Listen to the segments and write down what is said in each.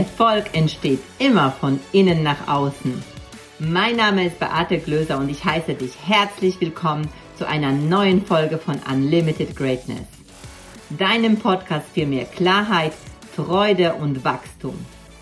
Erfolg entsteht immer von innen nach außen. Mein Name ist Beate Glöser und ich heiße dich herzlich willkommen zu einer neuen Folge von Unlimited Greatness, deinem Podcast für mehr Klarheit, Freude und Wachstum.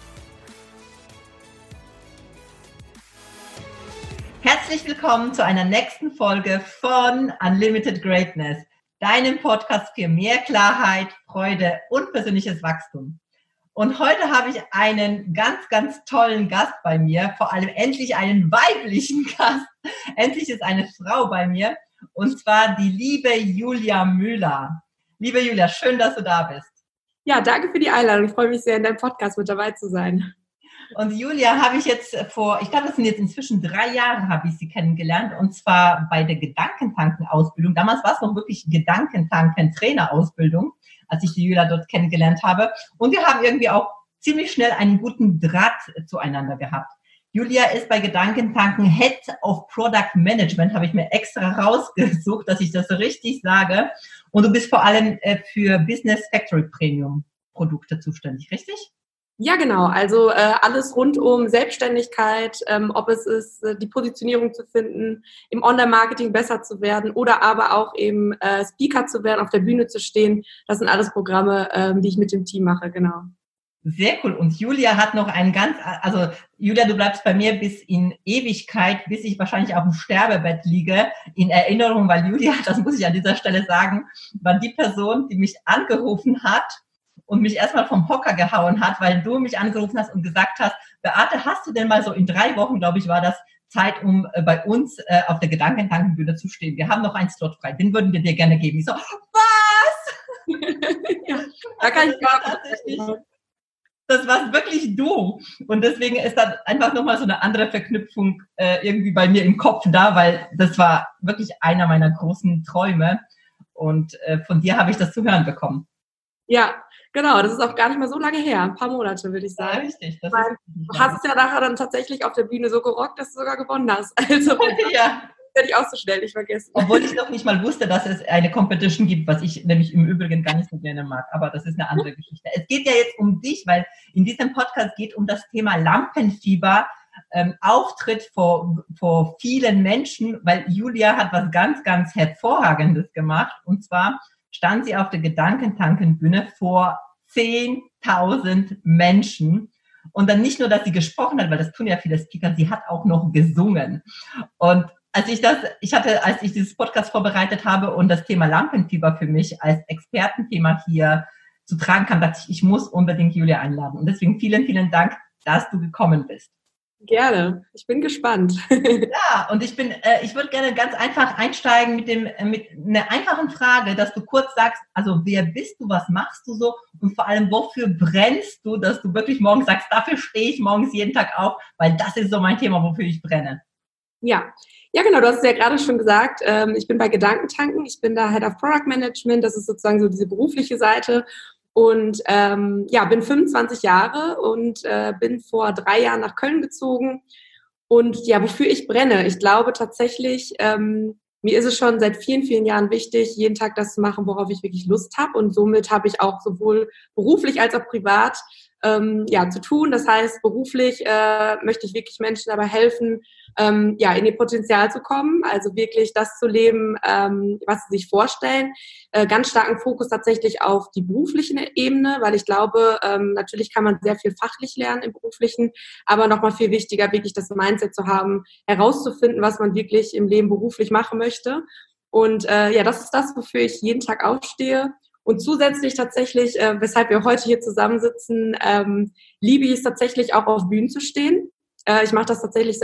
Herzlich willkommen zu einer nächsten Folge von Unlimited Greatness, deinem Podcast für mehr Klarheit, Freude und persönliches Wachstum. Und heute habe ich einen ganz, ganz tollen Gast bei mir, vor allem endlich einen weiblichen Gast. Endlich ist eine Frau bei mir, und zwar die liebe Julia Müller. Liebe Julia, schön, dass du da bist. Ja, danke für die Einladung. Ich freue mich sehr, in deinem Podcast mit dabei zu sein. Und Julia habe ich jetzt ich glaube, das sind jetzt inzwischen 3 Jahre, habe ich sie kennengelernt, und zwar bei der Gedankentanken-Ausbildung. Damals war es noch wirklich Gedankentanken-Trainer-Ausbildung, als ich die Julia dort kennengelernt habe. Und wir haben irgendwie auch ziemlich schnell einen guten Draht zueinander gehabt. Julia ist bei Gedankentanken Head of Product Management, habe ich mir extra rausgesucht, dass ich das so richtig sage. Und du bist vor allem für Business Factory Premium Produkte zuständig, richtig? Ja, genau. Also alles rund um Selbstständigkeit, ob es ist, die Positionierung zu finden, im Online-Marketing besser zu werden oder aber auch eben Speaker zu werden, auf der Bühne zu stehen. Das sind alles Programme, die ich mit dem Team mache, genau. Sehr cool. Und Julia hat noch Julia, du bleibst bei mir bis in Ewigkeit, bis ich wahrscheinlich auf dem Sterbebett liege, in Erinnerung, weil Julia, das muss ich an dieser Stelle sagen, war die Person, die mich angerufen hat und mich erstmal vom Hocker gehauen hat, weil du mich angerufen hast und gesagt hast, Beate, hast du denn mal so in 3 Wochen, glaube ich, war das, Zeit, um bei uns auf der Gedankentankenbühne zu stehen? Wir haben noch einen Slot frei, den würden wir dir gerne geben. Ich so, was? Ja, da kann ich gar nicht. Das war wirklich du. Und deswegen ist dann einfach nochmal so eine andere Verknüpfung irgendwie bei mir im Kopf da, weil das war wirklich einer meiner großen Träume. Und von dir habe ich das zu hören bekommen. Ja, genau. Das ist auch gar nicht mehr so lange her. Ein paar Monate, würde ich sagen. Ja, richtig. Du hast es ja nachher dann tatsächlich auf der Bühne so gerockt, dass du sogar gewonnen hast. Also ja. Werde ich auch so schnell nicht vergessen. Obwohl ich noch nicht mal wusste, dass es eine Competition gibt, was ich nämlich im Übrigen gar nicht so gerne mag. Aber das ist eine andere Geschichte. Es geht ja jetzt um dich, weil in diesem Podcast geht um das Thema Lampenfieber, Auftritt vor vielen Menschen, weil Julia hat was ganz, ganz Hervorragendes gemacht. Und zwar stand sie auf der Gedankentankenbühne vor 10.000 Menschen. Und dann nicht nur, dass sie gesprochen hat, weil das tun ja viele Speaker, sie hat auch noch gesungen. Und als ich dieses Podcast vorbereitet habe und das Thema Lampenfieber für mich als Expertenthema hier zu tragen kam, dachte ich muss unbedingt Julia einladen. Und deswegen vielen, vielen Dank, dass du gekommen bist. Gerne. Ich bin gespannt. Ja, und ich würde gerne ganz einfach einsteigen mit einer einfachen Frage, dass du kurz sagst, also wer bist du, was machst du so und vor allem wofür brennst du, dass du wirklich morgens sagst, dafür stehe ich morgens jeden Tag auf, weil das ist so mein Thema, wofür ich brenne. Ja, genau, du hast es ja gerade schon gesagt, ich bin bei Gedankentanken, ich bin da Head of Product Management, das ist sozusagen so diese berufliche Seite und bin 25 Jahre und bin vor 3 Jahren nach Köln gezogen und ja, wofür ich brenne, ich glaube tatsächlich, mir ist es schon seit vielen, vielen Jahren wichtig, jeden Tag das zu machen, worauf ich wirklich Lust habe und somit habe ich auch sowohl beruflich als auch privat zu tun. Das heißt, beruflich möchte ich wirklich Menschen dabei helfen, in ihr Potenzial zu kommen, also wirklich das zu leben, was sie sich vorstellen. Ganz starken Fokus tatsächlich auf die berufliche Ebene, weil ich glaube, natürlich kann man sehr viel fachlich lernen im Beruflichen, aber nochmal viel wichtiger, wirklich das Mindset zu haben, herauszufinden, was man wirklich im Leben beruflich machen möchte. Und das ist das, wofür ich jeden Tag aufstehe. Und zusätzlich tatsächlich, weshalb wir heute hier zusammensitzen, liebe ich es tatsächlich auch auf Bühnen zu stehen. Ich mache das tatsächlich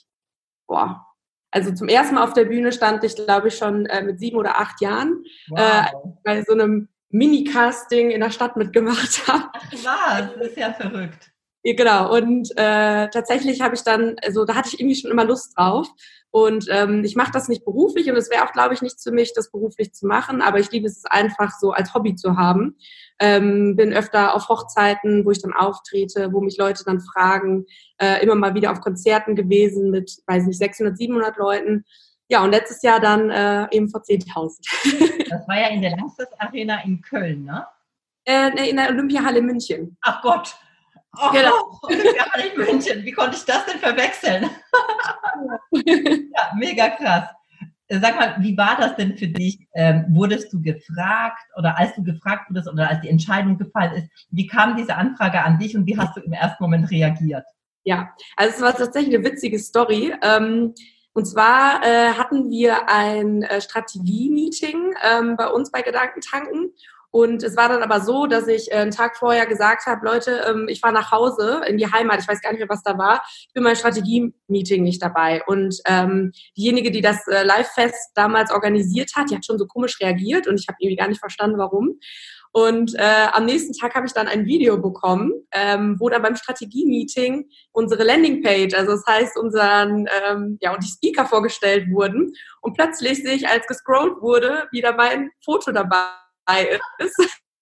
also zum ersten Mal auf der Bühne stand ich, glaube ich, schon mit 7 oder 8 Jahren, wow. Bei so einem Mini-Casting in der Stadt mitgemacht habe. Ach was, das ist ja verrückt. Genau, und tatsächlich habe ich dann, also da hatte ich irgendwie schon immer Lust drauf. Und ich mache das nicht beruflich und es wäre auch, glaube ich, nichts für mich, das beruflich zu machen, aber ich liebe es einfach so als Hobby zu haben. Bin öfter auf Hochzeiten, wo ich dann auftrete, wo mich Leute dann fragen, immer mal wieder auf Konzerten gewesen mit, 600, 700 Leuten. Ja, und letztes Jahr dann eben vor 10.000. Das war ja in der Langsess Arena in Köln, ne? In der Olympiahalle München. Ach Gott. Oh, genau. Ja, in München. Wie konnte ich das denn verwechseln? Ja, mega krass. Sag mal, wie war das denn für dich? Wurdest du gefragt oder als du gefragt wurdest oder als die Entscheidung gefallen ist, wie kam diese Anfrage an dich und wie hast du im ersten Moment reagiert? Ja, also es war tatsächlich eine witzige Story. Und zwar hatten wir ein Strategie-Meeting bei uns bei Gedankentanken. Und es war dann aber so, dass ich einen Tag vorher gesagt habe, Leute, ich fahre nach Hause in die Heimat, ich weiß gar nicht mehr, was da war. Ich bin beim Strategie-Meeting nicht dabei. Und diejenige, die das Live-Fest damals organisiert hat, die hat schon so komisch reagiert und ich habe irgendwie gar nicht verstanden, warum. Und am nächsten Tag habe ich dann ein Video bekommen, wo dann beim Strategie-Meeting unsere Landingpage, also das heißt unseren, und die Speaker vorgestellt wurden. Und plötzlich sehe ich, als gescrollt wurde, wieder mein Foto dabei ist.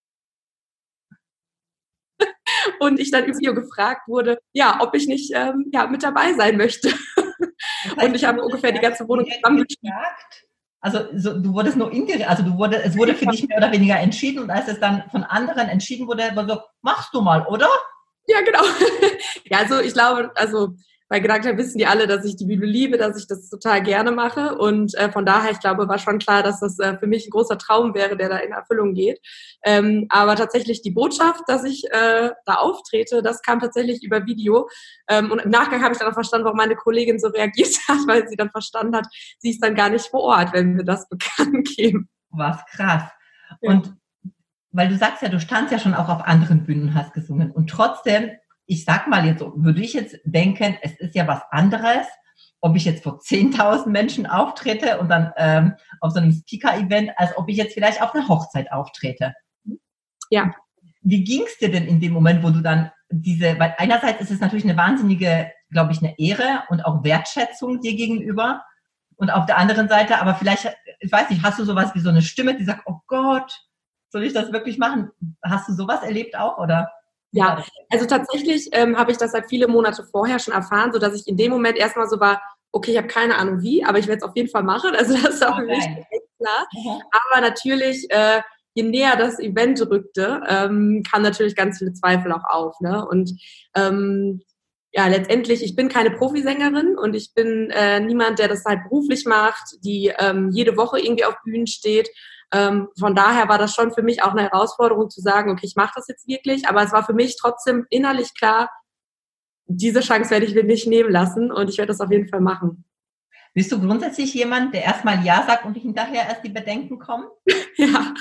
Und ich dann im Video gefragt wurde, ja, ob ich nicht mit dabei sein möchte. Das heißt, und ich habe ungefähr die ganze Wohnung zusammengeschrieben. Also du wurdest nur es wurde für dich mehr oder weniger entschieden und als es dann von anderen entschieden wurde, war so, machst du mal, oder? Ja, genau. Ja, also ich glaube, bei Gedanken wissen die alle, dass ich die Bühne liebe, dass ich das total gerne mache und von daher, ich glaube, war schon klar, dass das für mich ein großer Traum wäre, der da in Erfüllung geht. Aber tatsächlich die Botschaft, dass ich da auftrete, das kam tatsächlich über Video und im Nachgang habe ich dann auch verstanden, warum meine Kollegin so reagiert hat, weil sie dann verstanden hat, sie ist dann gar nicht vor Ort, wenn wir das bekannt geben. Was krass. Ja. Und weil du sagst ja, du standst ja schon auch auf anderen Bühnen und hast gesungen und trotzdem, ich sag mal jetzt so, würde ich jetzt denken, es ist ja was anderes, ob ich jetzt vor 10.000 Menschen auftrete und dann auf so einem Speaker-Event, als ob ich jetzt vielleicht auf einer Hochzeit auftrete. Ja. Wie ging's dir denn in dem Moment, wo du dann weil einerseits ist es natürlich eine wahnsinnige, glaube ich, eine Ehre und auch Wertschätzung dir gegenüber und auf der anderen Seite, aber vielleicht, ich weiß nicht, hast du sowas wie so eine Stimme, die sagt, oh Gott, soll ich das wirklich machen? Hast du sowas erlebt auch, oder? Ja, also tatsächlich habe ich das seit viele Monate vorher schon erfahren, sodass ich in dem Moment erstmal so war, okay, ich habe keine Ahnung wie, aber ich werde es auf jeden Fall machen. Also das ist auch für mich klar. Aber natürlich, je näher das Event rückte, kamen natürlich ganz viele Zweifel auch auf. Ne? Und letztendlich, ich bin keine Profisängerin und ich bin niemand, der das halt beruflich macht, die jede Woche irgendwie auf Bühnen steht. Von daher war das schon für mich auch eine Herausforderung zu sagen, okay, ich mache das jetzt wirklich, aber es war für mich trotzdem innerlich klar, diese Chance werde ich mir nicht nehmen lassen und ich werde das auf jeden Fall machen. Bist du grundsätzlich jemand, der erstmal Ja sagt und hinterher erst die Bedenken kommen? Ja.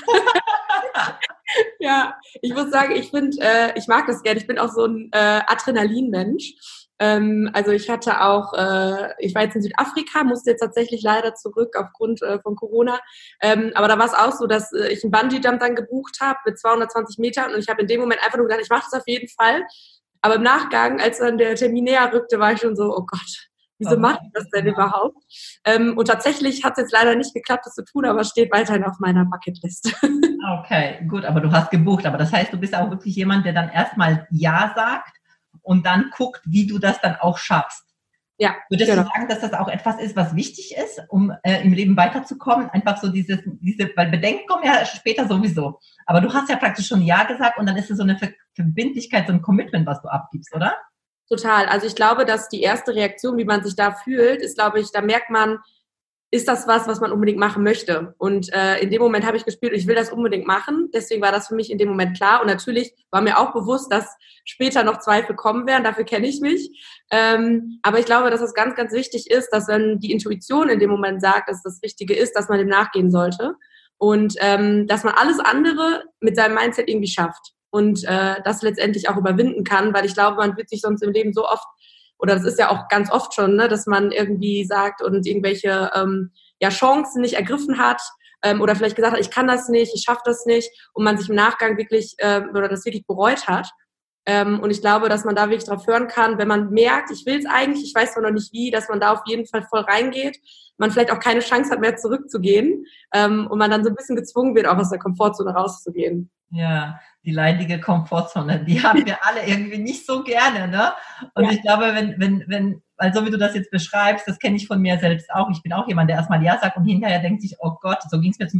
Ja, ich muss sagen, ich mag das gerne. Ich bin auch so ein Adrenalin-Mensch. Also ich hatte auch, ich war jetzt in Südafrika, musste jetzt tatsächlich leider zurück aufgrund von Corona. Aber da war es auch so, dass ich einen Bungee-Jump dann gebucht habe mit 220 Metern und ich habe in dem Moment einfach nur gedacht, ich mache das auf jeden Fall. Aber im Nachgang, als dann der Termin näher rückte, war ich schon so, oh Gott, wieso mache ich das denn überhaupt? Und tatsächlich hat es jetzt leider nicht geklappt, das zu tun, aber es steht weiterhin auf meiner Bucketlist. Okay, gut, aber du hast gebucht. Aber das heißt, du bist auch wirklich jemand, der dann erstmal Ja sagt und dann guckt, wie du das dann auch schaffst. Ja. Würdest du sagen, dass das auch etwas ist, was wichtig ist, um im Leben weiterzukommen? Einfach so weil Bedenken kommen ja später sowieso. Aber du hast ja praktisch schon Ja gesagt und dann ist es so eine Verbindlichkeit, so ein Commitment, was du abgibst, oder? Total. Also ich glaube, dass die erste Reaktion, wie man sich da fühlt, ist, glaube ich, da merkt man, ist das was man unbedingt machen möchte? Und in dem Moment habe ich gespürt, ich will das unbedingt machen. Deswegen war das für mich in dem Moment klar. Und natürlich war mir auch bewusst, dass später noch Zweifel kommen werden. Dafür kenne ich mich. Aber ich glaube, dass es ganz, ganz wichtig ist, dass wenn die Intuition in dem Moment sagt, dass das Richtige ist, dass man dem nachgehen sollte. Und dass man alles andere mit seinem Mindset irgendwie schafft. Und das letztendlich auch überwinden kann. Weil ich glaube, man wird sich sonst im Leben so oft, oder das ist ja auch ganz oft schon, ne, dass man irgendwie sagt und irgendwelche Chancen nicht ergriffen hat oder vielleicht gesagt hat, ich kann das nicht, ich schaffe das nicht und man sich im Nachgang wirklich oder das wirklich bereut hat. Und ich glaube, dass man da wirklich drauf hören kann, wenn man merkt, ich will es eigentlich, ich weiß zwar noch nicht wie, dass man da auf jeden Fall voll reingeht, man vielleicht auch keine Chance hat mehr zurückzugehen und man dann so ein bisschen gezwungen wird, auch aus der Komfortzone rauszugehen. Ja, die leidige Komfortzone, die haben wir alle irgendwie nicht so gerne, ne? Und ich glaube, weil so wie du das jetzt beschreibst, das kenne ich von mir selbst auch. Ich bin auch jemand, der erstmal Ja sagt und hinterher denkt sich, oh Gott, so ging es mir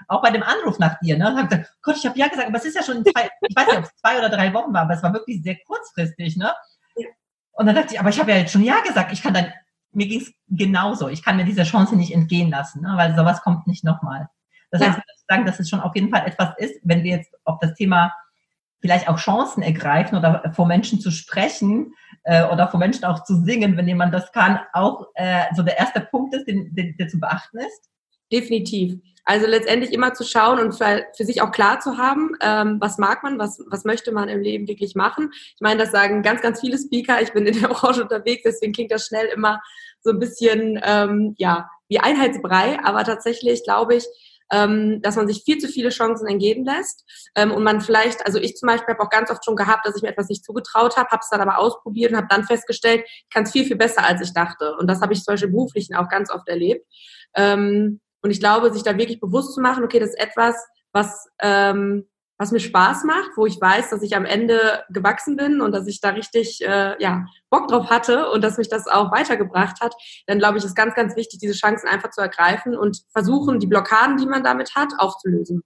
auch bei dem Anruf nach dir, ne? Und habe gesagt, Gott, ich habe ja gesagt, aber es ist ja schon, ich weiß nicht, ob es 2 oder 3 Wochen war, aber es war wirklich sehr kurzfristig, ne? Und dann dachte ich, aber ich habe ja jetzt schon ja gesagt, mir ging es genauso. Ich kann mir diese Chance nicht entgehen lassen, ne? Weil sowas kommt nicht nochmal. Das heißt, ich würde sagen, dass es schon auf jeden Fall etwas ist, wenn wir jetzt auf das Thema vielleicht auch Chancen ergreifen oder vor Menschen zu sprechen oder vor Menschen auch zu singen, wenn jemand das kann, auch so der erste Punkt ist, der zu beachten ist? Definitiv. Also letztendlich immer zu schauen und für sich auch klar zu haben, was mag man, was möchte man im Leben wirklich machen. Ich meine, das sagen ganz, ganz viele Speaker. Ich bin in der Branche unterwegs, deswegen klingt das schnell immer so ein bisschen wie Einheitsbrei. Aber tatsächlich glaube ich, dass man sich viel zu viele Chancen entgehen lässt und man vielleicht, also ich zum Beispiel habe auch ganz oft schon gehabt, dass ich mir etwas nicht zugetraut habe, habe es dann aber ausprobiert und habe dann festgestellt, ich kann es viel, viel besser, als ich dachte. Und das habe ich zum Beispiel im Beruflichen auch ganz oft erlebt. Und ich glaube, sich da wirklich bewusst zu machen, okay, das ist etwas, was mir Spaß macht, wo ich weiß, dass ich am Ende gewachsen bin und dass ich da richtig Bock drauf hatte und dass mich das auch weitergebracht hat, dann glaube ich, ist ganz, ganz wichtig, diese Chancen einfach zu ergreifen und versuchen, die Blockaden, die man damit hat, aufzulösen.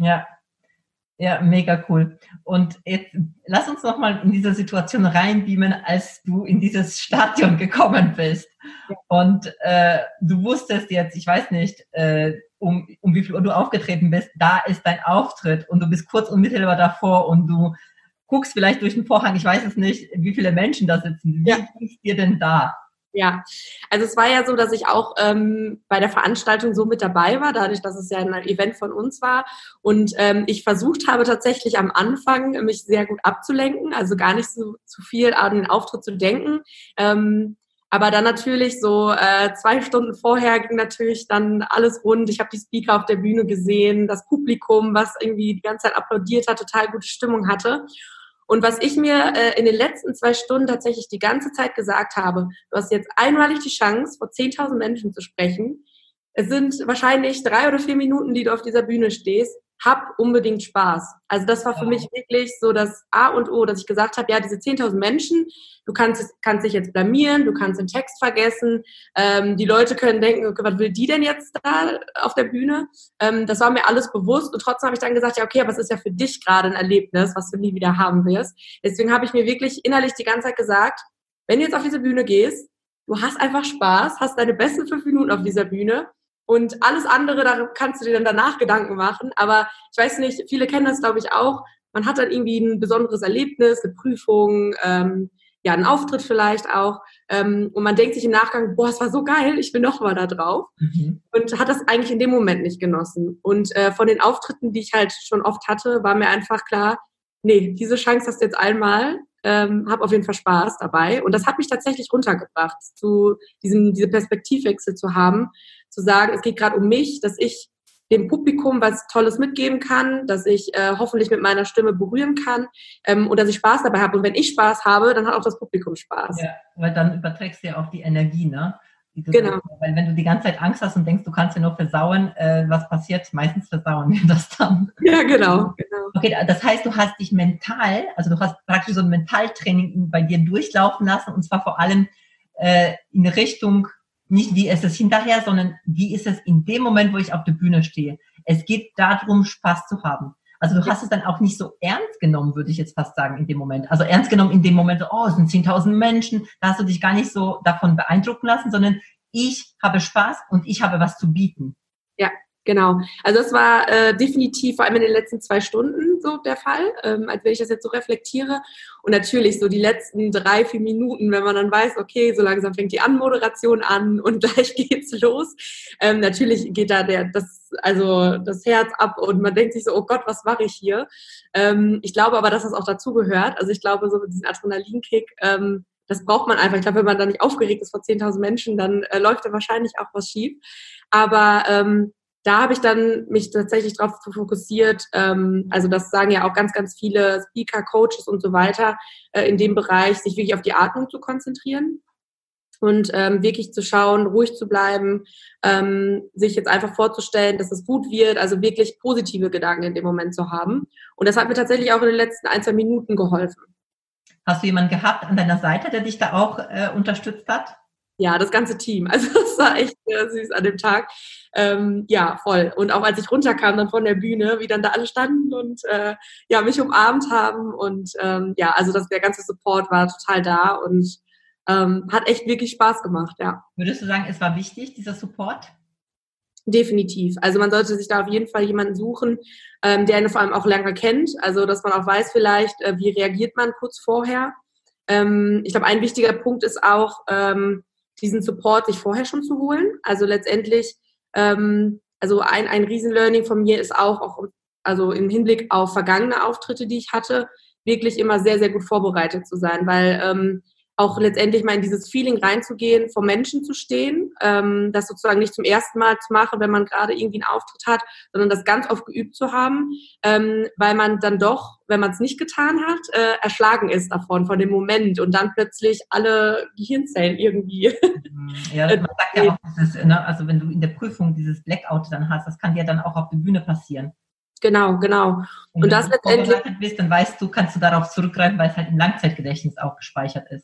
Ja, mega cool. Und jetzt lass uns nochmal in diese Situation reinbeamen, als du in dieses Stadion gekommen bist. Ja. Und du wusstest jetzt, ich weiß nicht, um wie viel Uhr du aufgetreten bist, da ist dein Auftritt und du bist kurz unmittelbar davor und du guckst vielleicht durch den Vorhang, ich weiß es nicht, wie viele Menschen da sitzen. Wie ging es dir denn da? Ja, also es war ja so, dass ich auch bei der Veranstaltung so mit dabei war, dadurch, dass es ja ein Event von uns war und ich versucht habe tatsächlich am Anfang, mich sehr gut abzulenken, also gar nicht so zu viel an den Auftritt zu denken, aber dann natürlich so 2 Stunden vorher ging natürlich dann alles rund. Ich habe die Speaker auf der Bühne gesehen, das Publikum, was irgendwie die ganze Zeit applaudiert hat, total gute Stimmung hatte. Und was ich mir in den letzten 2 Stunden tatsächlich die ganze Zeit gesagt habe, du hast jetzt einmalig die Chance, vor 10.000 Menschen zu sprechen. Es sind wahrscheinlich 3 oder 4 Minuten, die du auf dieser Bühne stehst. Hab unbedingt Spaß. Also das war für mich wirklich so das A und O, dass ich gesagt habe, ja, diese 10.000 Menschen, du kannst dich jetzt blamieren, du kannst den Text vergessen, die Leute können denken, okay, was will die denn jetzt da auf der Bühne? Das war mir alles bewusst und trotzdem habe ich dann gesagt, ja, okay, aber es ist ja für dich gerade ein Erlebnis, was du nie wieder haben wirst. Deswegen habe ich mir wirklich innerlich die ganze Zeit gesagt, wenn du jetzt auf diese Bühne gehst, du hast einfach Spaß, hast deine besten 5 Minuten auf dieser Bühne. Und alles andere, da kannst du dir dann danach Gedanken machen. Aber ich weiß nicht, viele kennen das, glaube ich, auch. Man hat dann irgendwie ein besonderes Erlebnis, eine Prüfung, einen Auftritt vielleicht auch. Und man denkt sich im Nachgang, boah, es war so geil, ich bin noch mal da drauf. Und hat das eigentlich in dem Moment nicht genossen. Und von den Auftritten, die ich halt schon oft hatte, war mir einfach klar, nee, diese Chance hast du jetzt einmal. Hab auf jeden Fall Spaß dabei. Und das hat mich tatsächlich runtergebracht, diese Perspektivwechsel zu haben, zu sagen, es geht gerade um mich, dass ich dem Publikum was Tolles mitgeben kann, dass ich hoffentlich mit meiner Stimme berühren kann und dass ich Spaß dabei habe. Und wenn ich Spaß habe, dann hat auch das Publikum Spaß. Ja, weil dann überträgst du ja auch die Energie, ne? Genau. Weil wenn du die ganze Zeit Angst hast und denkst, du kannst dir nur versauen, was passiert? Meistens versauen wir das dann. Ja, genau. Okay, das heißt, du hast dich mental, also du hast praktisch so ein Mentaltraining bei dir durchlaufen lassen und zwar vor allem in Richtung, nicht wie ist es hinterher, sondern wie ist es in dem Moment, wo ich auf der Bühne stehe. Es geht darum, Spaß zu haben. Also du hast es dann auch nicht so ernst genommen, würde ich jetzt fast sagen, in dem Moment. Also ernst genommen in dem Moment, oh, es sind 10.000 Menschen, da hast du dich gar nicht so davon beeindrucken lassen, sondern ich habe Spaß und ich habe was zu bieten. Ja, genau. Also das war definitiv vor allem in den letzten 2 Stunden so der Fall, als wenn ich das jetzt so reflektiere. Und natürlich so die letzten 3, 4 Minuten, wenn man dann weiß, okay, so langsam fängt die Anmoderation an und gleich geht's los. Natürlich geht da das Herz ab und man denkt sich so, oh Gott, was mache ich hier? Ich glaube aber, dass das auch dazugehört. Also ich glaube, so mit diesem Adrenalinkick, das braucht man einfach. Ich glaube, wenn man da nicht aufgeregt ist vor 10.000 Menschen, dann läuft da wahrscheinlich auch was schief. Aber da habe ich dann mich tatsächlich darauf fokussiert, also das sagen ja auch ganz, ganz viele Speaker, Coaches und so weiter, in dem Bereich, sich wirklich auf die Atmung zu konzentrieren und wirklich zu schauen, ruhig zu bleiben, sich jetzt einfach vorzustellen, dass es gut wird, also wirklich positive Gedanken in dem Moment zu haben. Und das hat mir tatsächlich auch in den letzten 1, 2 Minuten geholfen. Hast du jemanden gehabt an deiner Seite, der dich da auch unterstützt hat? Ja, das ganze Team. Also das war echt süß an dem Tag. Ja, voll. Und auch als ich runterkam dann von der Bühne, wie dann da alle standen und mich umarmt haben und also der ganze Support war total da und hat echt wirklich Spaß gemacht, ja. Würdest du sagen, es war wichtig, dieser Support? Definitiv. Also man sollte sich da auf jeden Fall jemanden suchen, der ihn vor allem auch länger kennt. Also dass man auch weiß vielleicht, wie reagiert man kurz vorher. Ich glaube, ein wichtiger Punkt ist auch, diesen Support sich vorher schon zu holen. Also letztendlich, also ein Riesen-Learning von mir ist auch also im Hinblick auf vergangene Auftritte, die ich hatte, wirklich immer sehr, sehr gut vorbereitet zu sein, weil auch letztendlich mal in dieses Feeling reinzugehen, vor Menschen zu stehen, das sozusagen nicht zum ersten Mal zu machen, wenn man gerade irgendwie einen Auftritt hat, sondern das ganz oft geübt zu haben, weil man dann doch, wenn man es nicht getan hat, erschlagen ist davon, von dem Moment und dann plötzlich alle Gehirnzellen irgendwie. Ja, man sagt ja auch, also wenn du in der Prüfung dieses Blackout dann hast, das kann dir dann auch auf der Bühne passieren. Genau. Und wenn das letztendlich vorbereitet bist, dann weißt du, kannst du darauf zurückgreifen, weil es halt im Langzeitgedächtnis auch gespeichert ist.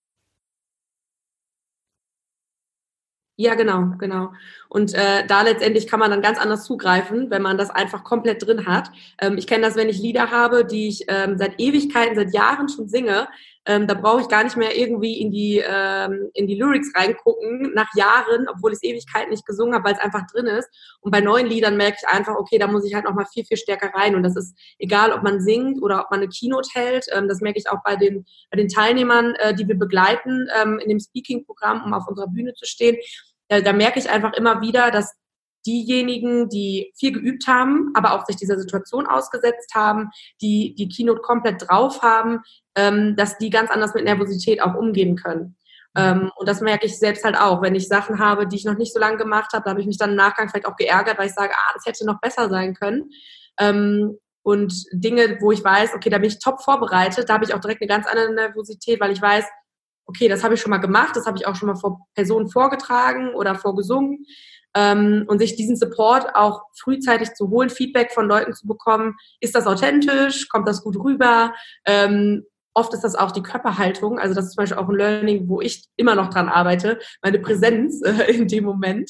Ja, genau. Und da letztendlich kann man dann ganz anders zugreifen, wenn man das einfach komplett drin hat. Ich kenne das, wenn ich Lieder habe, die ich seit Ewigkeiten, seit Jahren schon singe. Da brauche ich gar nicht mehr irgendwie in die Lyrics reingucken, nach Jahren, obwohl ich es Ewigkeiten nicht gesungen habe, weil es einfach drin ist. Und bei neuen Liedern merke ich einfach, okay, da muss ich halt nochmal viel, viel stärker rein. Und das ist egal, ob man singt oder ob man eine Keynote hält. Das merke ich auch bei den Teilnehmern, die wir begleiten in dem Speaking-Programm, um auf unserer Bühne zu stehen. Da merke ich einfach immer wieder, dass diejenigen, die viel geübt haben, aber auch sich dieser Situation ausgesetzt haben, die Keynote komplett drauf haben, dass die ganz anders mit Nervosität auch umgehen können. Und das merke ich selbst halt auch. Wenn ich Sachen habe, die ich noch nicht so lange gemacht habe, da habe ich mich dann im Nachgang vielleicht auch geärgert, weil ich sage, das hätte noch besser sein können. Und Dinge, wo ich weiß, okay, da bin ich top vorbereitet, da habe ich auch direkt eine ganz andere Nervosität, weil ich weiß, okay, das habe ich schon mal gemacht, das habe ich auch schon mal vor Personen vorgetragen oder vorgesungen. Und sich diesen Support auch frühzeitig zu holen, Feedback von Leuten zu bekommen, ist das authentisch, kommt das gut rüber? Oft ist das auch die Körperhaltung, also das ist zum Beispiel auch ein Learning, wo ich immer noch dran arbeite, meine Präsenz in dem Moment,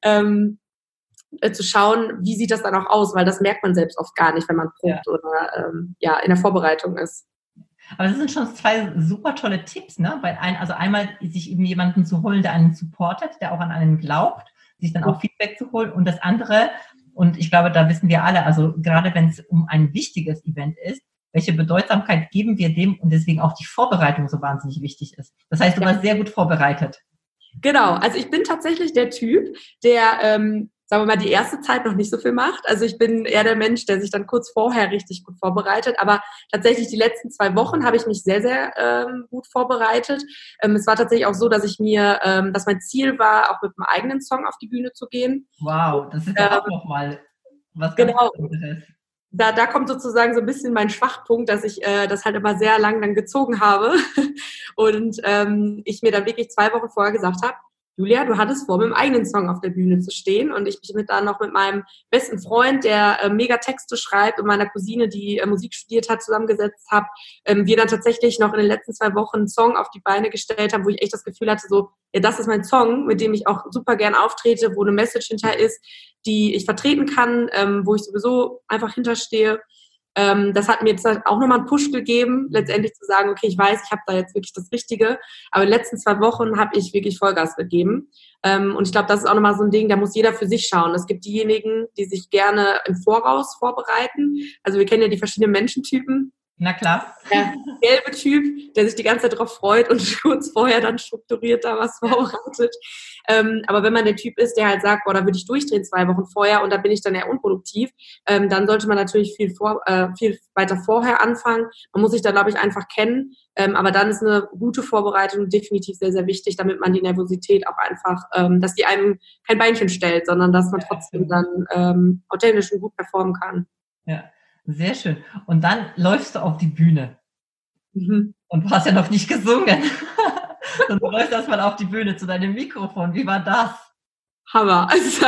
zu schauen, wie sieht das dann auch aus, weil das merkt man selbst oft gar nicht, wenn man probt oder in der Vorbereitung ist. Aber das sind schon 2 super tolle Tipps, ne? Weil einmal sich eben jemanden zu holen, der einen supportet, der auch an einen glaubt, sich dann auch Feedback zu holen. Und das andere, und ich glaube, da wissen wir alle, also gerade wenn es um ein wichtiges Event ist, welche Bedeutsamkeit geben wir dem und deswegen auch die Vorbereitung so wahnsinnig wichtig ist. Das heißt, du warst sehr gut vorbereitet. Genau, also ich bin tatsächlich der Typ, der sagen wir mal, die erste Zeit noch nicht so viel macht. Also ich bin eher der Mensch, der sich dann kurz vorher richtig gut vorbereitet. Aber tatsächlich die letzten 2 Wochen habe ich mich sehr, sehr gut vorbereitet. Es war tatsächlich auch so, dass dass mein Ziel war, auch mit einem eigenen Song auf die Bühne zu gehen. Wow, das ist ja auch nochmal was ganz anderes. Da kommt sozusagen so ein bisschen mein Schwachpunkt, dass ich das halt immer sehr lang dann gezogen habe und ich mir dann wirklich 2 Wochen vorher gesagt habe, Julia, du hattest vor, mit einem eigenen Song auf der Bühne zu stehen und ich mich dann noch mit meinem besten Freund, der mega Texte schreibt und meiner Cousine, die Musik studiert hat, zusammengesetzt habe, wir dann tatsächlich noch in den letzten 2 Wochen einen Song auf die Beine gestellt haben, wo ich echt das Gefühl hatte, so, ja, das ist mein Song, mit dem ich auch super gern auftrete, wo eine Message hinter ist, die ich vertreten kann, wo ich sowieso einfach hinterstehe. Das hat mir jetzt auch nochmal einen Push gegeben, letztendlich zu sagen, okay, ich weiß, ich habe da jetzt wirklich das Richtige, aber in den letzten 2 Wochen habe ich wirklich Vollgas gegeben. Und ich glaube, das ist auch nochmal so ein Ding, da muss jeder für sich schauen. Es gibt diejenigen, die sich gerne im Voraus vorbereiten. Also wir kennen ja die verschiedenen Menschentypen. Na klar. Der gelbe Typ, der sich die ganze Zeit drauf freut und kurz vorher dann strukturiert da was vorbereitet. Aber wenn man der Typ ist, der halt sagt, boah, da würde ich durchdrehen 2 Wochen vorher und da bin ich dann eher unproduktiv, dann sollte man natürlich viel weiter vorher anfangen. Man muss sich da, glaube ich, einfach kennen. Aber dann ist eine gute Vorbereitung definitiv sehr, sehr wichtig, damit man die Nervosität auch einfach, dass die einem kein Beinchen stellt, sondern dass man trotzdem dann authentisch und gut performen kann. Ja. Sehr schön. Und dann läufst du auf die Bühne. Und du hast ja noch nicht gesungen. Und du läufst erstmal auf die Bühne zu deinem Mikrofon. Wie war das? Hammer.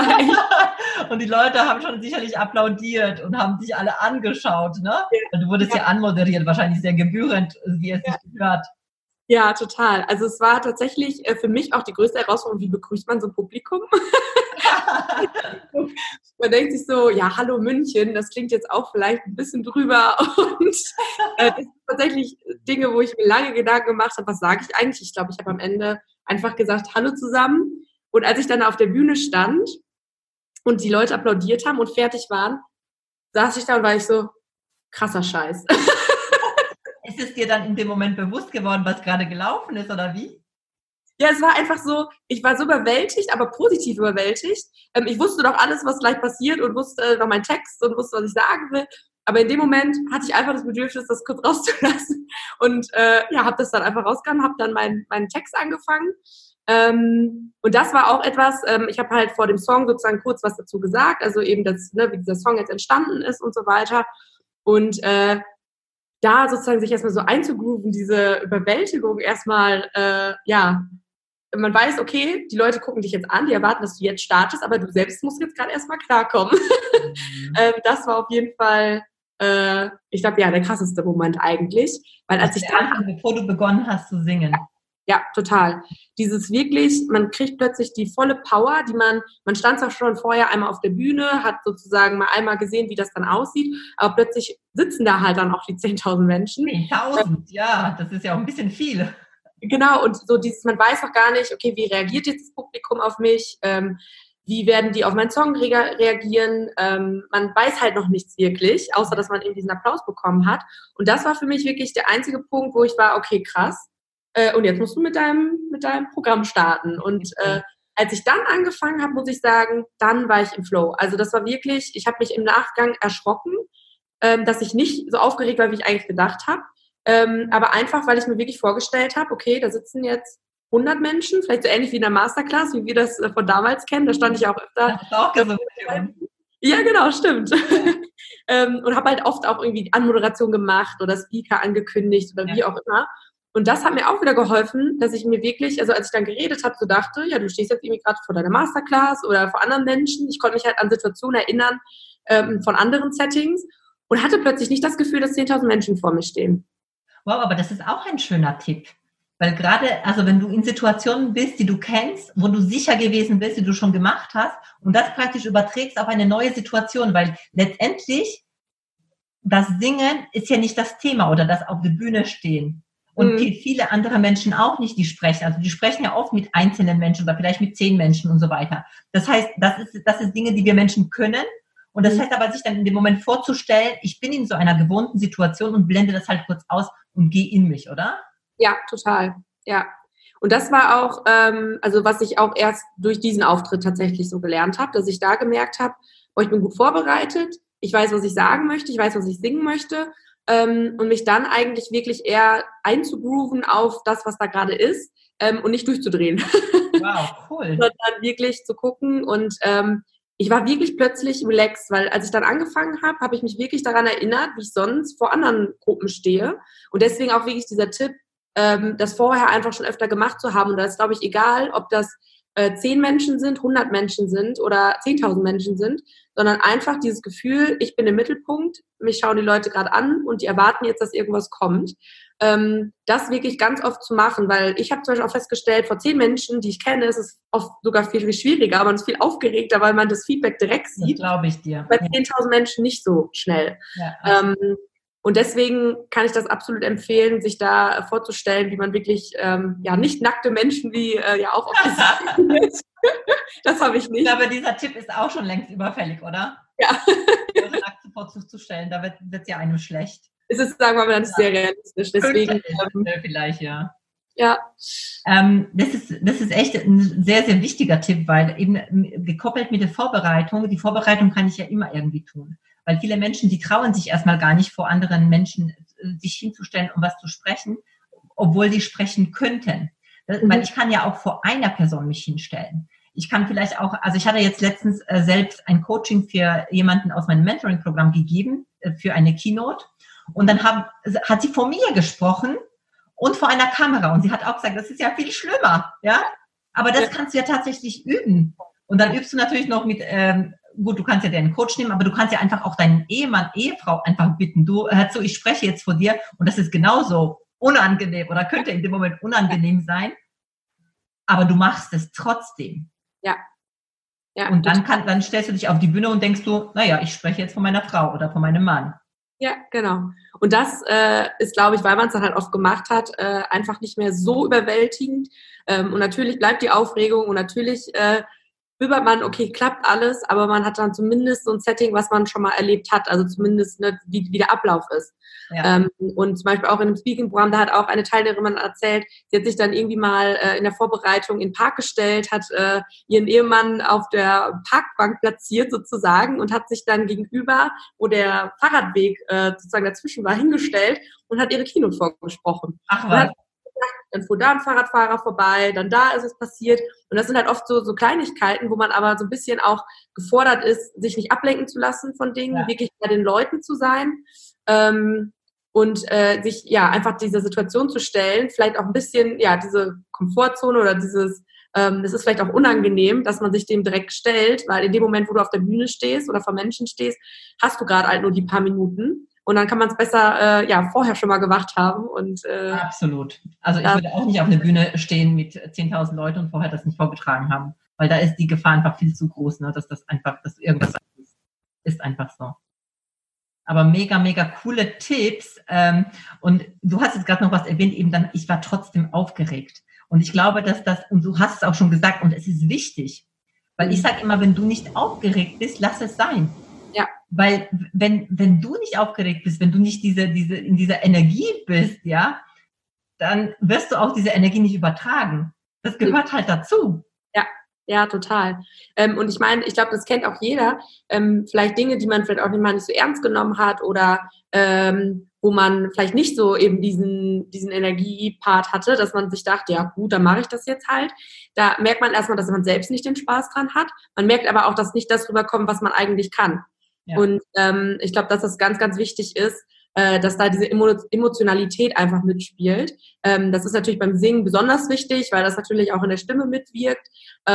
Und die Leute haben schon sicherlich applaudiert und haben dich alle angeschaut, ne? Ja. Du wurdest ja anmoderiert, wahrscheinlich sehr gebührend, wie es sich gehört. Ja, total. Also es war tatsächlich für mich auch die größte Herausforderung, wie begrüßt man so ein Publikum? Man denkt sich so, ja, hallo München, das klingt jetzt auch vielleicht ein bisschen drüber. Und das sind tatsächlich Dinge, wo ich mir lange Gedanken gemacht habe, was sage ich eigentlich? Ich glaube, ich habe am Ende einfach gesagt, hallo zusammen. Und als ich dann auf der Bühne stand und die Leute applaudiert haben und fertig waren, saß ich da und war ich so, krasser Scheiß. Ist es dir dann in dem Moment bewusst geworden, was gerade gelaufen ist, oder wie? Ja, es war einfach so, ich war so überwältigt, aber positiv überwältigt. Ich wusste doch alles, was gleich passiert und wusste noch meinen Text und wusste, was ich sagen will. Aber in dem Moment hatte ich einfach das Bedürfnis, das kurz rauszulassen. Und habe das dann einfach rausgehauen, habe dann meinen Text angefangen. Und das war auch etwas, ich habe halt vor dem Song sozusagen kurz was dazu gesagt, also eben, wie dieser Song jetzt entstanden ist und so weiter. Und da sozusagen sich erstmal so einzugrooven, diese Überwältigung erstmal, man weiß, okay, die Leute gucken dich jetzt an, die erwarten, dass du jetzt startest, aber du selbst musst jetzt gerade erstmal klarkommen. Das war auf jeden Fall, ich glaube, ja, der krasseste Moment eigentlich. Weil als ich dann, bevor du begonnen hast zu singen. Ja, total. Dieses wirklich, man kriegt plötzlich die volle Power, die man stand zwar schon vorher einmal auf der Bühne, hat sozusagen mal einmal gesehen, wie das dann aussieht, aber plötzlich sitzen da halt dann auch die 10.000 Menschen. 10.000, ja, das ist ja auch ein bisschen viel. Genau, und so dieses, man weiß noch gar nicht, okay, wie reagiert jetzt das Publikum auf mich, wie werden die auf meinen Song reagieren, man weiß halt noch nichts wirklich, außer dass man eben diesen Applaus bekommen hat. Und das war für mich wirklich der einzige Punkt, wo ich war, okay, krass, und jetzt musst du mit deinem Programm starten. Und als ich dann angefangen habe, muss ich sagen, dann war ich im Flow. Also das war wirklich, ich habe mich im Nachgang erschrocken, dass ich nicht so aufgeregt war, wie ich eigentlich gedacht habe. Aber einfach, weil ich mir wirklich vorgestellt habe, okay, da sitzen jetzt 100 Menschen, vielleicht so ähnlich wie in der Masterclass, wie wir das von damals kennen. Da stand ich auch öfter. Das ist auch gesungen. Ja, genau, stimmt. Und habe halt oft auch irgendwie Anmoderation gemacht oder Speaker angekündigt oder wie auch immer. Und das hat mir auch wieder geholfen, dass ich mir wirklich, also als ich dann geredet habe, so dachte, ja, du stehst jetzt irgendwie gerade vor deiner Masterclass oder vor anderen Menschen. Ich konnte mich halt an Situationen erinnern von anderen Settings und hatte plötzlich nicht das Gefühl, dass 10.000 Menschen vor mir stehen. Wow, aber das ist auch ein schöner Tipp. Weil gerade, also wenn du in Situationen bist, die du kennst, wo du sicher gewesen bist, die du schon gemacht hast und das praktisch überträgst auf eine neue Situation, weil letztendlich das Singen ist ja nicht das Thema oder das auf der Bühne stehen. Und viele andere Menschen auch nicht, die sprechen. Also die sprechen ja oft mit einzelnen Menschen oder vielleicht mit 10 Menschen und so weiter. Das heißt, das ist Dinge, die wir Menschen können. Und das heißt aber, sich dann in dem Moment vorzustellen, ich bin in so einer gewohnten Situation und blende das halt kurz aus und gehe in mich, oder? Ja, total. Ja. Und das war auch, also was ich auch erst durch diesen Auftritt tatsächlich so gelernt habe, dass ich da gemerkt habe, ich bin gut vorbereitet, ich weiß, was ich sagen möchte, ich weiß, was ich singen möchte. Und mich dann eigentlich wirklich eher einzugrooven auf das, was da gerade ist und nicht durchzudrehen. Wow, cool. Sondern wirklich zu gucken und ich war wirklich plötzlich relaxed, weil als ich dann angefangen habe, habe ich mich wirklich daran erinnert, wie ich sonst vor anderen Gruppen stehe und deswegen auch wirklich dieser Tipp, das vorher einfach schon öfter gemacht zu haben und da ist, glaube ich, egal, ob das 10 Menschen sind, 100 Menschen sind oder 10.000 Menschen sind, sondern einfach dieses Gefühl, ich bin im Mittelpunkt, mich schauen die Leute gerade an und die erwarten jetzt, dass irgendwas kommt. Das wirklich ganz oft zu machen, weil ich habe zum Beispiel auch festgestellt, vor 10 Menschen, die ich kenne, ist es oft sogar viel, viel schwieriger, man ist viel aufgeregter, weil man das Feedback direkt sieht. Das glaube ich dir. Bei 10.000 Menschen nicht so schnell. Ja, und deswegen kann ich das absolut empfehlen, sich da vorzustellen, wie man wirklich, nicht nackte Menschen, wie auch oft gesagt wird. Das habe ich nicht. Aber dieser Tipp ist auch schon längst überfällig, oder? Ja. Also nackt vorzustellen, da wird ja einem schlecht. Es ist, sagen wir mal, nicht sehr realistisch. Deswegen, vielleicht, ja. Ja. Das ist echt ein sehr, sehr wichtiger Tipp, weil eben gekoppelt mit der Vorbereitung, die Vorbereitung kann ich ja immer irgendwie tun. Weil viele Menschen, die trauen sich erstmal gar nicht vor anderen Menschen, sich hinzustellen, um was zu sprechen, obwohl die sprechen könnten. Weil ich kann ja auch vor einer Person mich hinstellen. Ich kann vielleicht auch, also ich hatte jetzt letztens selbst ein Coaching für jemanden aus meinem Mentoring-Programm gegeben, für eine Keynote. Und dann hat sie vor mir gesprochen und vor einer Kamera. Und sie hat auch gesagt, das ist ja viel schlimmer, ja. Aber das kannst du ja tatsächlich üben. Und dann übst du natürlich noch mit, gut, du kannst ja deinen Coach nehmen, aber du kannst ja einfach auch deinen Ehemann, Ehefrau einfach bitten. Du, hör zu, ich spreche jetzt vor dir und das ist genauso unangenehm oder könnte in dem Moment unangenehm sein, aber du machst es trotzdem. Ja. Ja, und dann stellst du dich auf die Bühne und denkst du, naja, ich spreche jetzt von meiner Frau oder von meinem Mann. Ja, genau. Und das ist, glaube ich, weil man es dann halt oft gemacht hat, einfach nicht mehr so überwältigend. Und natürlich bleibt die Aufregung und natürlich bibbert man, okay, klappt alles, aber man hat dann zumindest so ein Setting, was man schon mal erlebt hat, also zumindest ne, wie der Ablauf ist. Ja. Und zum Beispiel auch in einem Speaking-Programm, da hat auch eine Teilnehmerin erzählt, sie hat sich dann irgendwie mal in der Vorbereitung in den Park gestellt, hat ihren Ehemann auf der Parkbank platziert sozusagen und hat sich dann gegenüber, wo der Fahrradweg sozusagen dazwischen war, hingestellt und hat ihre Keynote vorgesprochen. Ach was. Dann fuhr da ein Fahrradfahrer vorbei, dann da ist es passiert. Und das sind halt oft so Kleinigkeiten, wo man aber so ein bisschen auch gefordert ist, sich nicht ablenken zu lassen von Dingen, wirklich bei den Leuten zu sein und sich ja einfach dieser Situation zu stellen, vielleicht auch ein bisschen ja diese Komfortzone oder dieses, es ist vielleicht auch unangenehm, dass man sich dem direkt stellt, weil in dem Moment, wo du auf der Bühne stehst oder vor Menschen stehst, hast du gerade halt nur die paar Minuten. Und dann kann man es besser vorher schon mal gemacht haben. Und, absolut. Also ich würde auch nicht auf einer Bühne stehen mit 10.000 Leuten und vorher das nicht vorgetragen haben. Weil da ist die Gefahr einfach viel zu groß, ne? Dass irgendwas ist einfach so. Aber mega, mega coole Tipps. Und du hast jetzt gerade noch was erwähnt, eben dann, ich war trotzdem aufgeregt. Und ich glaube, und du hast es auch schon gesagt, und es ist wichtig. Weil ich sage immer, wenn du nicht aufgeregt bist, lass es sein. Ja. Weil wenn du nicht aufgeregt bist, wenn du nicht in dieser Energie bist, ja, dann wirst du auch diese Energie nicht übertragen. Das gehört halt dazu. Ja, total. Und ich meine, ich glaube, das kennt auch jeder. Vielleicht Dinge, die man vielleicht auch nicht so ernst genommen hat oder wo man vielleicht nicht so eben diesen Energiepart hatte, dass man sich dachte, ja gut, dann mache ich das jetzt halt. Da merkt man erstmal, dass man selbst nicht den Spaß dran hat. Man merkt aber auch, dass nicht das rüberkommt, was man eigentlich kann. Ja. Und ich glaube, dass das ganz, ganz wichtig ist, dass da diese Emotionalität einfach mitspielt. Das ist natürlich beim Singen besonders wichtig, weil das natürlich auch in der Stimme mitwirkt,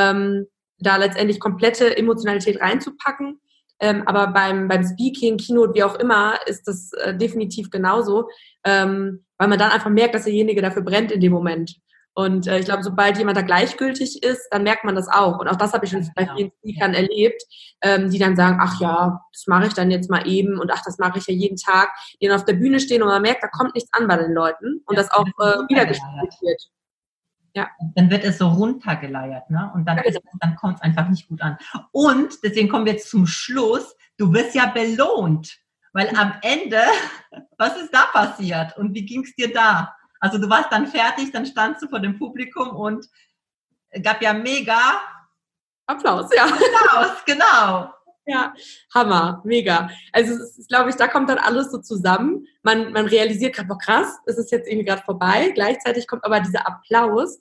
da letztendlich komplette Emotionalität reinzupacken. Aber beim Speaking, Keynote, wie auch immer, ist das definitiv genauso, weil man dann einfach merkt, dass derjenige dafür brennt in dem Moment. Und ich glaube, sobald jemand da gleichgültig ist, dann merkt man das auch. Und auch das habe ich schon bei vielen Speakern erlebt, die dann sagen, ach ja, das mache ich dann jetzt mal eben und ach, das mache ich ja jeden Tag, die dann auf der Bühne stehen und man merkt, da kommt nichts an bei den Leuten und das auch wiedergespiegelt wird. Ja. Dann wird es so runtergeleiert, ne? Und dann kommt es einfach nicht gut an. Und deswegen kommen wir jetzt zum Schluss. Du wirst ja belohnt, weil am Ende, was ist da passiert und wie ging es dir da? Also du warst dann fertig, dann standst du vor dem Publikum und gab ja mega Applaus, ja. Applaus, genau. Ja, Hammer, mega. Also es ist, glaube ich, da kommt dann alles so zusammen. Man realisiert gerade, boah, krass, es ist jetzt irgendwie gerade vorbei. Gleichzeitig kommt aber dieser Applaus.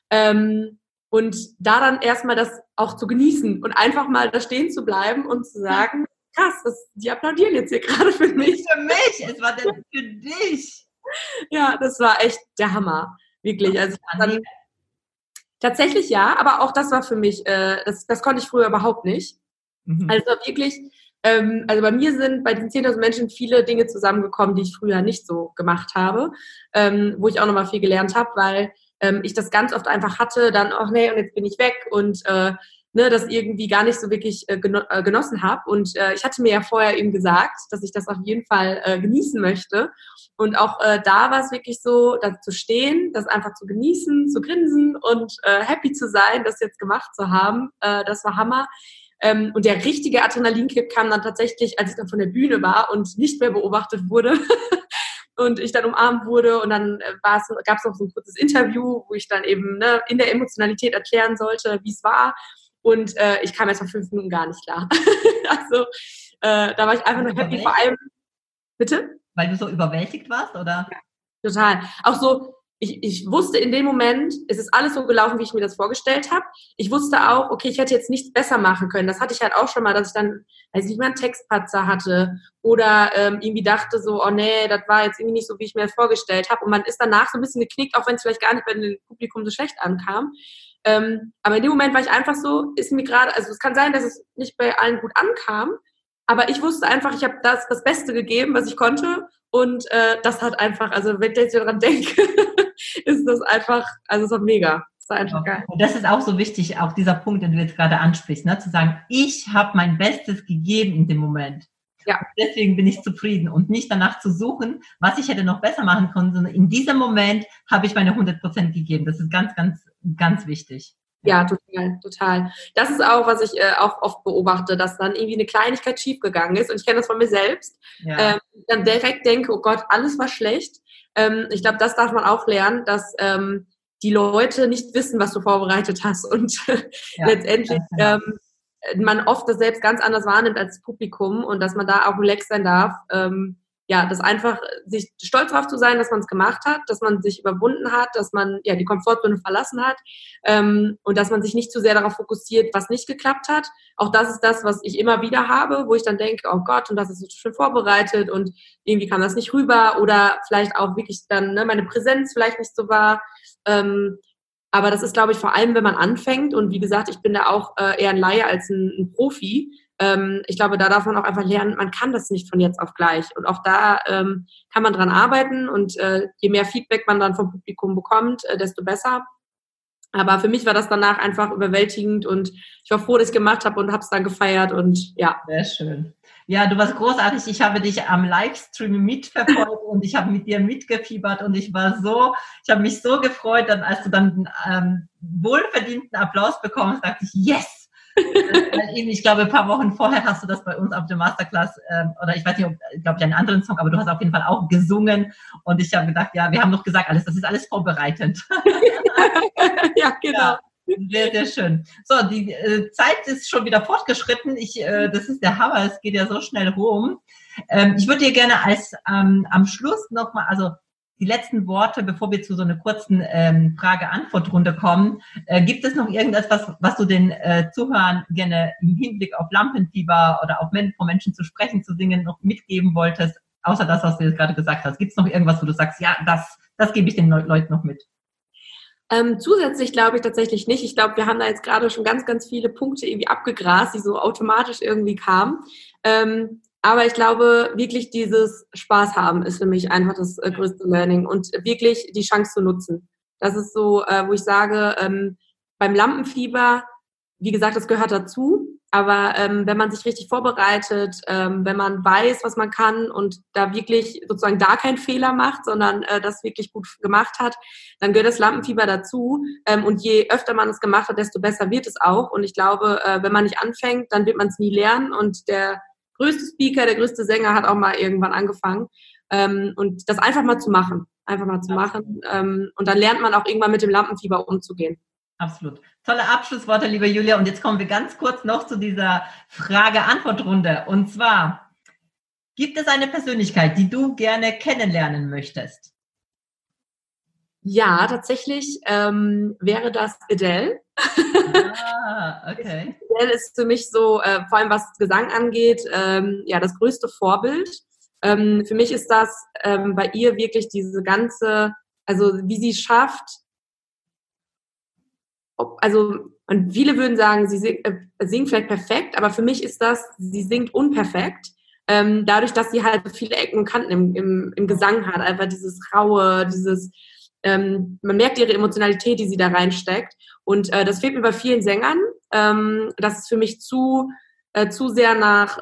Und da dann erstmal das auch zu genießen und einfach mal da stehen zu bleiben und zu sagen, krass, die applaudieren jetzt hier gerade für mich. Für mich, es war denn für dich. Ja, das war echt der Hammer, wirklich. Also tatsächlich ja, aber auch das war für mich, das konnte ich früher überhaupt nicht. Also wirklich, also bei mir sind bei den 10.000 Menschen viele Dinge zusammengekommen, die ich früher nicht so gemacht habe, wo ich auch nochmal viel gelernt habe, weil ich das ganz oft einfach hatte, dann, ach nee, und jetzt bin ich weg und das irgendwie gar nicht so wirklich genossen habe. Und ich hatte mir ja vorher eben gesagt, dass ich das auf jeden Fall genießen möchte. Und auch da war es wirklich so, da zu stehen, das einfach zu genießen, zu grinsen und happy zu sein, das jetzt gemacht zu haben. Das war Hammer. Und der richtige Adrenalinkick kam dann tatsächlich, als ich dann von der Bühne war und nicht mehr beobachtet wurde und ich dann umarmt wurde und dann gab es noch so ein kurzes Interview, wo ich dann eben in der Emotionalität erklären sollte, wie es war und ich kam erst mal 5 Minuten gar nicht klar. Also da war ich einfach nur happy, vor allem, bitte? Weil du so überwältigt warst, oder? Ja, total. Auch so, ich wusste in dem Moment, es ist alles so gelaufen, wie ich mir das vorgestellt habe. Ich wusste auch, okay, ich hätte jetzt nichts besser machen können. Das hatte ich halt auch schon mal, dass ich dann, weiß nicht, mal einen Textpatzer hatte oder irgendwie dachte so, oh nee, das war jetzt irgendwie nicht so, wie ich mir das vorgestellt habe. Und man ist danach so ein bisschen geknickt, auch wenn es vielleicht gar nicht bei dem Publikum so schlecht ankam. Aber in dem Moment war ich einfach so, ist mir gerade, also es kann sein, dass es nicht bei allen gut ankam, aber ich wusste einfach, ich habe das Beste gegeben, was ich konnte. Und das hat einfach, also wenn ich jetzt daran denke, ist das einfach, also so mega. Das war einfach geil. Und das ist auch so wichtig, auch dieser Punkt, den du jetzt gerade ansprichst, ne? Zu sagen, ich habe mein Bestes gegeben in dem Moment. Ja. Und deswegen bin ich zufrieden und nicht danach zu suchen, was ich hätte noch besser machen können, sondern in diesem Moment habe ich meine 100% gegeben. Das ist ganz, ganz, ganz wichtig. Ja, total, total. Das ist auch, was ich auch oft beobachte, dass dann irgendwie eine Kleinigkeit schiefgegangen ist. Und ich kenne das von mir selbst. Ja. Dann direkt denke, oh Gott, alles war schlecht. Ich glaube, das darf man auch lernen, dass die Leute nicht wissen, was du vorbereitet hast. Und letztendlich man oft das selbst ganz anders wahrnimmt als das Publikum und dass man da auch relaxed sein darf. Das einfach sich stolz darauf zu sein, dass man es gemacht hat, dass man sich überwunden hat, dass man die Komfortzone verlassen hat und dass man sich nicht zu sehr darauf fokussiert, was nicht geklappt hat. Auch das ist das, was ich immer wieder habe, wo ich dann denke, oh Gott, und das ist so schön vorbereitet und irgendwie kam das nicht rüber oder vielleicht auch wirklich dann meine Präsenz vielleicht nicht so war. Aber das ist, glaube ich, vor allem, wenn man anfängt und wie gesagt, ich bin da auch eher ein Laie als ein Profi. Ich glaube, da darf man auch einfach lernen, man kann das nicht von jetzt auf gleich. Und auch da kann man dran arbeiten und je mehr Feedback man dann vom Publikum bekommt, desto besser. Aber für mich war das danach einfach überwältigend und ich war froh, dass ich es gemacht habe und habe es dann gefeiert und ja. Sehr schön. Ja, du warst großartig. Ich habe dich am Livestream mitverfolgt und ich habe mit dir mitgefiebert und ich habe mich so gefreut, dann, als du dann wohlverdienten Applaus bekommst, dachte ich, yes! Ich glaube, ein paar Wochen vorher hast du das bei uns auf der Masterclass, oder ich weiß nicht, ich glaube, einen anderen Song, aber du hast auf jeden Fall auch gesungen und ich habe gedacht, ja, wir haben noch gesagt, das ist alles vorbereitend. Ja, genau. Ja, sehr, sehr schön. So, die Zeit ist schon wieder fortgeschritten. Das ist der Hammer, es geht ja so schnell rum. Ich würde dir gerne am Schluss nochmal, also die letzten Worte, bevor wir zu so einer kurzen Frage-Antwort-Runde kommen. Gibt es noch irgendwas, was du den Zuhörern gerne im Hinblick auf Lampenfieber oder auf von Menschen zu sprechen, zu singen, noch mitgeben wolltest, außer das, was du jetzt gerade gesagt hast? Gibt es noch irgendwas, wo du sagst, ja, das gebe ich den Leuten noch mit? Zusätzlich glaube ich tatsächlich nicht. Ich glaube, wir haben da jetzt gerade schon ganz, ganz viele Punkte irgendwie abgegrast, die so automatisch irgendwie kamen. Aber ich glaube, wirklich dieses Spaß haben ist für mich einfach das größte Learning und wirklich die Chance zu nutzen. Das ist so, wo ich sage, beim Lampenfieber, wie gesagt, das gehört dazu. Aber wenn man sich richtig vorbereitet, wenn man weiß, was man kann und da wirklich sozusagen da keinen Fehler macht, sondern das wirklich gut gemacht hat, dann gehört das Lampenfieber dazu. Und je öfter man es gemacht hat, desto besser wird es auch. Und ich glaube, wenn man nicht anfängt, dann wird man es nie lernen. Und der größte Speaker, der größte Sänger hat auch mal irgendwann angefangen. Und das einfach mal zu machen. Und dann lernt man auch irgendwann mit dem Lampenfieber umzugehen. Absolut. Tolle Abschlussworte, liebe Julia. Und jetzt kommen wir ganz kurz noch zu dieser Frage-Antwort-Runde. Und zwar, gibt es eine Persönlichkeit, die du gerne kennenlernen möchtest? Ja, tatsächlich wäre das Adele. Okay. Adele ist für mich so, vor allem was Gesang angeht, das größte Vorbild. Für mich ist das bei ihr wirklich diese ganze, also wie sie schafft, und viele würden sagen, sie singt vielleicht perfekt, aber für mich ist das, sie singt unperfekt. Dadurch, dass sie halt so viele Ecken und Kanten im Gesang hat, einfach dieses Raue, man merkt ihre Emotionalität, die sie da reinsteckt. Und das fehlt mir bei vielen Sängern. Das ist für mich zu sehr nach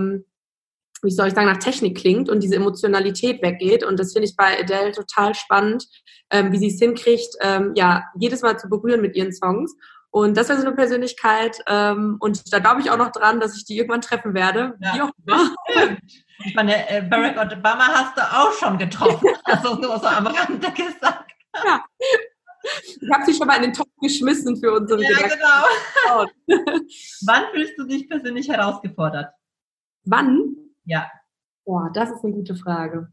Technik klingt und diese Emotionalität weggeht. Und das finde ich bei Adele total spannend, wie sie es hinkriegt, jedes Mal zu berühren mit ihren Songs. Und das wäre so eine Persönlichkeit. Und da glaube ich auch noch dran, dass ich die irgendwann treffen werde. Ja, wie auch immer. Ich meine, Barack Obama hast du auch schon getroffen. Also nur so am Rande gesagt. Ja. Ich habe sie schon mal in den Topf geschmissen für unsere Gedanken. Ja, genau. Wann fühlst du dich persönlich herausgefordert? Wann? Ja. Boah, das ist eine gute Frage.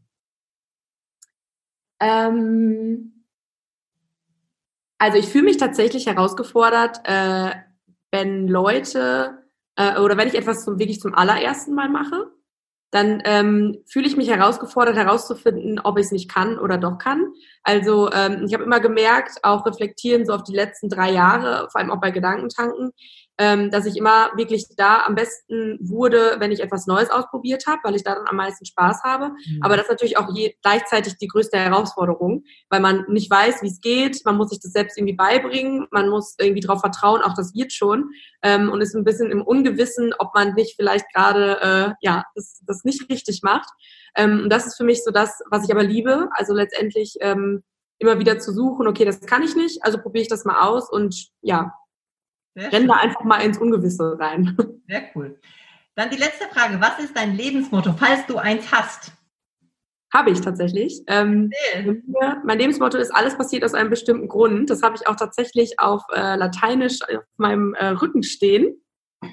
Also ich fühle mich tatsächlich herausgefordert, wenn Leute oder wenn ich etwas wirklich zum allerersten Mal mache, dann fühle ich mich herausgefordert, herauszufinden, ob ich es nicht kann oder doch kann. Also ich habe immer gemerkt, auch reflektieren so auf die letzten 3 Jahre, vor allem auch bei Gedankentanken, dass ich immer wirklich da am besten wurde, wenn ich etwas Neues ausprobiert habe, weil ich da dann am meisten Spaß habe. Aber das ist natürlich auch gleichzeitig die größte Herausforderung, weil man nicht weiß, wie es geht. Man muss sich das selbst irgendwie beibringen. Man muss irgendwie darauf vertrauen, auch das wird schon. Und ist ein bisschen im Ungewissen, ob man nicht vielleicht gerade das nicht richtig macht. Und das ist für mich so das, was ich aber liebe. Also letztendlich immer wieder zu suchen, okay, das kann ich nicht, also probiere ich das mal aus und ja, renn da einfach mal ins Ungewisse rein. Sehr cool. Dann die letzte Frage. Was ist dein Lebensmotto, falls du eins hast? Habe ich tatsächlich. Mein Lebensmotto ist, alles passiert aus einem bestimmten Grund. Das habe ich auch tatsächlich auf Lateinisch auf meinem Rücken stehen.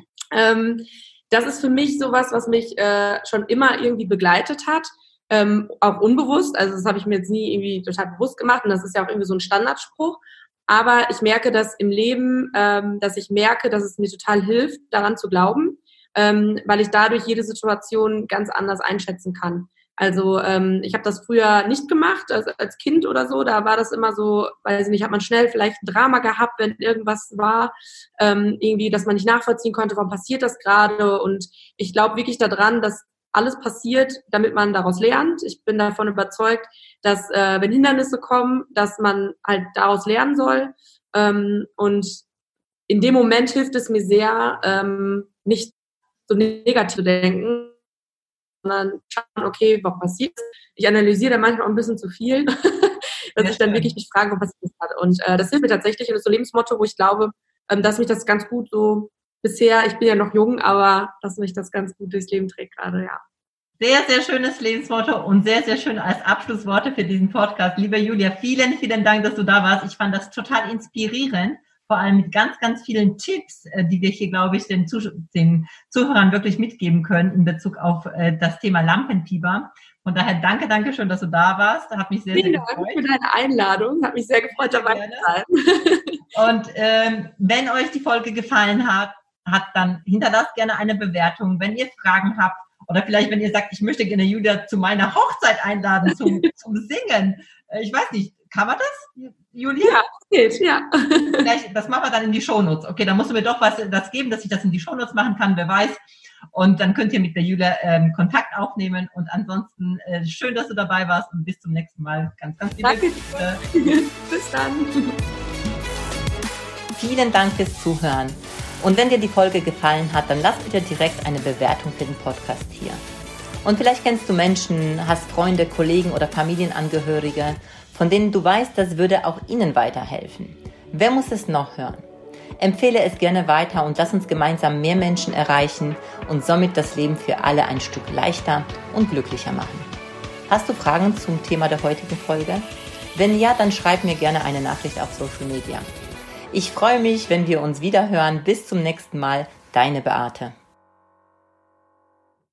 Das ist für mich sowas, was mich schon immer irgendwie begleitet hat. Auch unbewusst, also das habe ich mir jetzt nie irgendwie total bewusst gemacht und das ist ja auch irgendwie so ein Standardspruch, aber ich merke das im Leben, dass es mir total hilft, daran zu glauben, weil ich dadurch jede Situation ganz anders einschätzen kann. Also ich habe das früher nicht gemacht, also als Kind oder so, da war das immer so, weiß ich nicht, hat man schnell vielleicht ein Drama gehabt, wenn irgendwas war, irgendwie, dass man nicht nachvollziehen konnte, warum passiert das gerade, und ich glaube wirklich daran, dass alles passiert, damit man daraus lernt. Ich bin davon überzeugt, dass wenn Hindernisse kommen, dass man halt daraus lernen soll. Und in dem Moment hilft es mir sehr, nicht so negativ zu denken, sondern schauen, okay, was passiert? Ich analysiere da manchmal auch ein bisschen zu viel, dass ich dann wirklich mich frage, was passiert hat. Und das hilft mir tatsächlich. Und das ist so ein Lebensmotto, wo ich glaube, dass mich das ganz gut so bisher, ich bin ja noch jung, aber dass mich das ganz gut durchs Leben trägt gerade, ja. Sehr, sehr schönes Lebensmotto und sehr, sehr schön als Abschlussworte für diesen Podcast. Liebe Julia, vielen, vielen Dank, dass du da warst. Ich fand das total inspirierend, vor allem mit ganz, ganz vielen Tipps, die wir hier, glaube ich, den Zuhörern wirklich mitgeben können in Bezug auf das Thema Lampenfieber. Von daher danke schön, dass du da warst. Hat mich sehr, sehr gefreut. Vielen Dank für deine Einladung. Hat mich sehr gefreut, dabei zu sein. Und wenn euch die Folge gefallen hat, dann hinterlasst gerne eine Bewertung. Wenn ihr Fragen habt oder vielleicht, wenn ihr sagt, ich möchte gerne Julia zu meiner Hochzeit einladen zum Singen. Ich weiß nicht, kann man das, Julia? Ja, geht, ja. Vielleicht, das machen wir dann in die Shownotes. Okay, dann musst du mir doch das geben, dass ich das in die Shownotes machen kann, wer weiß. Und dann könnt ihr mit der Julia Kontakt aufnehmen. Und ansonsten schön, dass du dabei warst und bis zum nächsten Mal. Ganz, ganz liebe Grüße. Bis dann. Vielen Dank fürs Zuhören. Und wenn dir die Folge gefallen hat, dann lass bitte direkt eine Bewertung für den Podcast hier. Und vielleicht kennst du Menschen, hast Freunde, Kollegen oder Familienangehörige, von denen du weißt, das würde auch ihnen weiterhelfen. Wer muss es noch hören? Empfehle es gerne weiter und lass uns gemeinsam mehr Menschen erreichen und somit das Leben für alle ein Stück leichter und glücklicher machen. Hast du Fragen zum Thema der heutigen Folge? Wenn ja, dann schreib mir gerne eine Nachricht auf Social Media. Ich freue mich, wenn wir uns wieder hören. Bis zum nächsten Mal. Deine Beate.